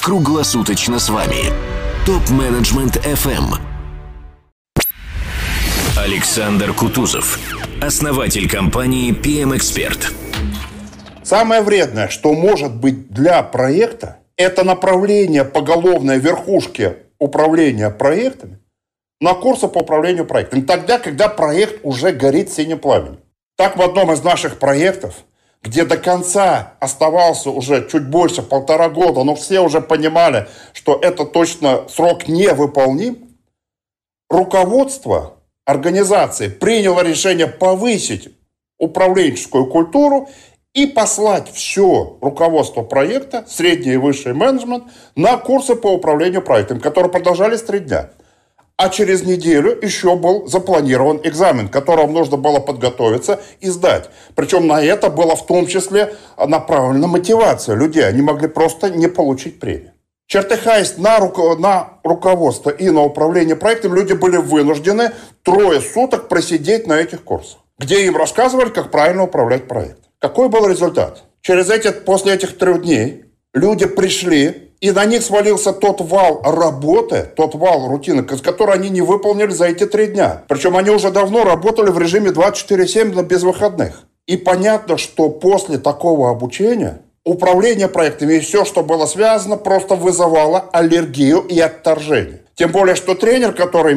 круглосуточно с вами. Топ-менеджмент FM. Александр Кутузов, основатель компании PM Expert. Самое вредное, что может быть для проекта, это направление поголовной верхушки управления проектами на курсы по управлению проектами. Тогда, когда проект уже горит синим пламенем. Так в одном из наших проектов, где до конца оставался уже чуть больше 1,5 года, но все уже понимали, что это точно срок невыполним, руководство организации приняло решение повысить управленческую культуру и послать все руководство проекта, средний и высший менеджмент, на курсы по управлению проектом, которые продолжались 3 дня. А через неделю еще был запланирован экзамен, к которому нужно было подготовиться и сдать. Причем на это была в том числе направлена мотивация людей. Они могли просто не получить премию. Чертыхаясь на руководство и на управление проектом, люди были вынуждены 3 суток просидеть на этих курсах, где им рассказывали, как правильно управлять проектом. Какой был результат? После этих 3 дней люди пришли, и на них свалился тот вал работы, тот вал рутины, который они не выполнили за эти 3 дня. Причем они уже давно работали в режиме 24/7 без выходных. И понятно, что после такого обучения управление проектами и все, что было связано, просто вызывало аллергию и отторжение. Тем более, что тренер, который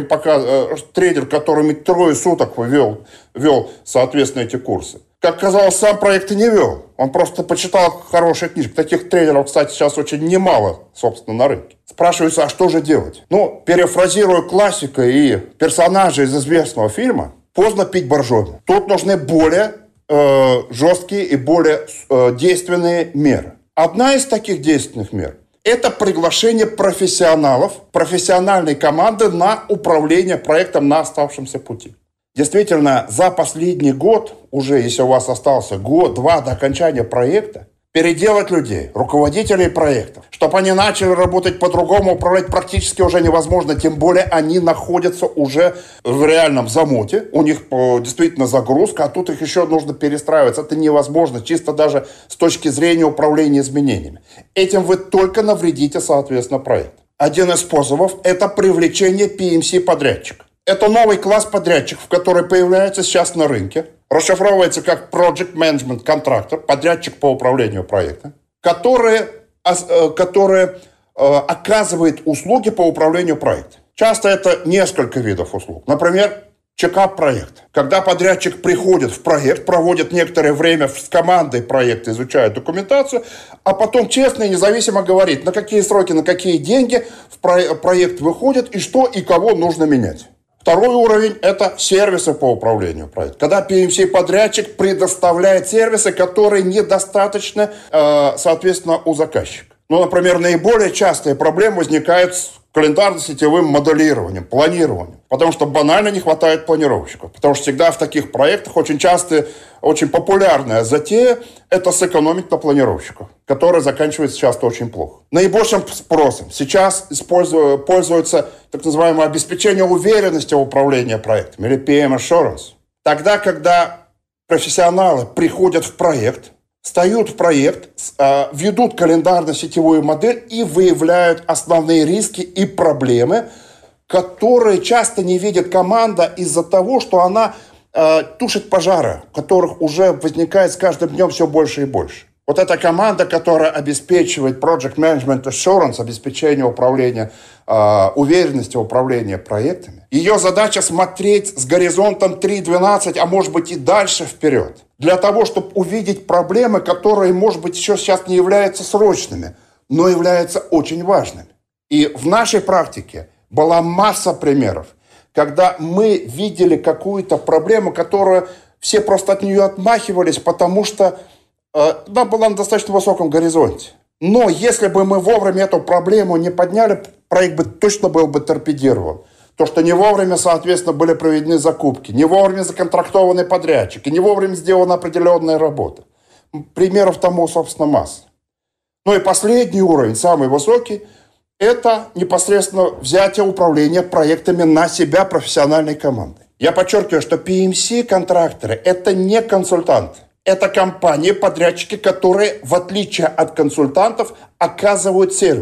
им 3 суток вел, соответственно, эти курсы, как казалось, сам проект и не вел. Он просто почитал хорошие книжки. Таких тренеров, кстати, сейчас очень немало, собственно, на рынке. Спрашивается, а что же делать? Перефразируя классика и персонажей из известного фильма, поздно пить боржоми. Тут нужны более жесткие и более действенные меры. Одна из таких действенных мер – это приглашение профессионалов, профессиональной команды на управление проектом на оставшемся пути. Действительно, за последний год, уже если у вас остался год-два до окончания проекта, переделать людей, руководителей проектов, чтобы они начали работать по-другому, управлять практически уже невозможно, тем более они находятся уже в реальном замуте, у них действительно загрузка, а тут их еще нужно перестраиваться. Это невозможно, чисто даже с точки зрения управления изменениями. Этим вы только навредите, соответственно, проекту. Один из способов – это привлечение PMC-подрядчика. Это новый класс подрядчиков, который появляется сейчас на рынке. Расшифровывается как Project Management Contractor, подрядчик по управлению проектом, который оказывает услуги по управлению проектом. Часто это несколько видов услуг. Например, чекап-проект. Когда подрядчик приходит в проект, проводит некоторое время с командой проекта, изучает документацию, а потом честно и независимо говорит, на какие сроки, на какие деньги в проект выходит и что и кого нужно менять. Второй уровень – это сервисы по управлению проектом. Когда PMC-подрядчик предоставляет сервисы, которые недостаточно, соответственно, у заказчика. Например, наиболее частые проблемы возникают с календарно-сетевым моделированием, планированием. Потому что банально не хватает планировщиков. Потому что всегда в таких проектах очень часто, очень популярная затея – это сэкономить на планировщиках, которая заканчивается часто очень плохо. Наибольшим спросом сейчас пользуется так называемое обеспечение уверенности в управлении проектом, или PM Assurance. Тогда, когда профессионалы приходят в проект, встают в проект, ведут календарно-сетевую модель и выявляют основные риски и проблемы, которые часто не видит команда из-за того, что она тушит пожары, которых уже возникает с каждым днем все больше и больше. Вот эта команда, которая обеспечивает Project Management Assurance, обеспечение управления, уверенности управления проектами, ее задача смотреть с горизонтом 3-12, а может быть и дальше вперед. Для того, чтобы увидеть проблемы, которые, может быть, еще сейчас не являются срочными, но являются очень важными. И в нашей практике была масса примеров, когда мы видели какую-то проблему, которую все просто от нее отмахивались, потому что она была на достаточно высоком горизонте. Но если бы мы вовремя эту проблему не подняли, проект бы точно был бы торпедирован. То, что не вовремя, соответственно, были проведены закупки, не вовремя законтрактованы подрядчики, не вовремя сделана определенная работа. Примеров тому, собственно, масса. И последний уровень, самый высокий, это непосредственно взятие управления проектами на себя профессиональной командой. Я подчеркиваю, что PMC-контракторы – это не консультанты. Это компании, подрядчики, которые, в отличие от консультантов, оказывают сервисы.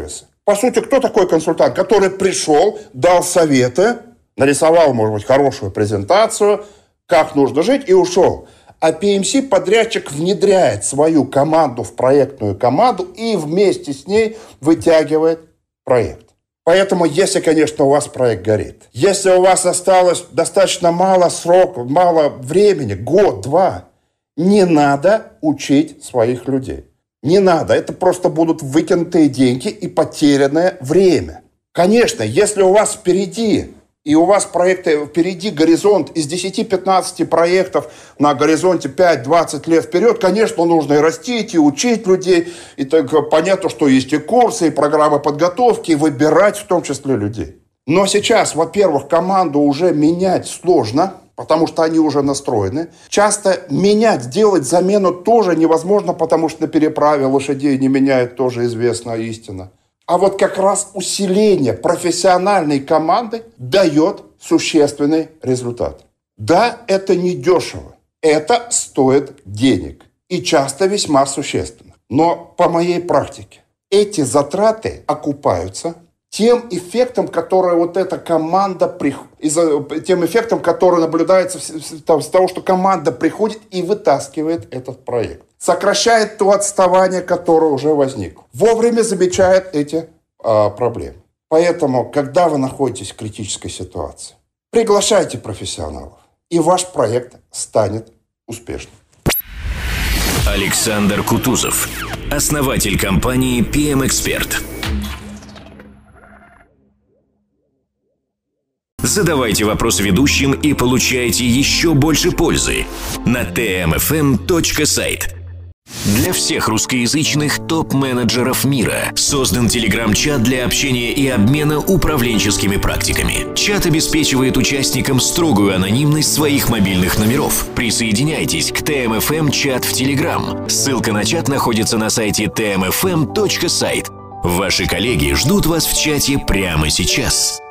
По сути, кто такой консультант? Который пришел, дал советы, нарисовал, может быть, хорошую презентацию, как нужно жить, и ушел. А PMC подрядчик внедряет свою команду в проектную команду и вместе с ней вытягивает проект. Поэтому, если, конечно, у вас проект горит, если у вас осталось достаточно мало сроков, мало времени, год-два, не надо учить своих людей. Не надо, это просто будут выкинутые деньги и потерянное время. Конечно, если у вас впереди, и у вас проекты впереди горизонт из 10-15 проектов на горизонте 5-20 лет вперед, конечно, нужно и растить, и учить людей, и так понятно, что есть и курсы, и программы подготовки, и выбирать в том числе людей. Но сейчас, во-первых, команду уже менять сложно, потому что они уже настроены. Часто менять, делать замену тоже невозможно, потому что на переправе лошадей не меняют, тоже известная истина. А вот как раз усиление профессиональной команды дает существенный результат. Да, это не дешево. Это стоит денег. И часто весьма существенно. Но по моей практике эти затраты окупаются тем эффектом, который вот эта команда тем эффектом, который наблюдается с того, что команда приходит и вытаскивает этот проект. Сокращает то отставание, которое уже возникло. Вовремя замечает эти проблемы. Поэтому, когда вы находитесь в критической ситуации, приглашайте профессионалов, и ваш проект станет успешным. Александр Кутузов, основатель компании PM Expert. Задавайте вопросы ведущим и получайте еще больше пользы на tmfm.site. Для всех русскоязычных топ-менеджеров мира создан телеграм-чат для общения и обмена управленческими практиками. Чат обеспечивает участникам строгую анонимность своих мобильных номеров. Присоединяйтесь к TMFM-чат в Телеграм. Ссылка на чат находится на сайте tmfm.site. Ваши коллеги ждут вас в чате прямо сейчас.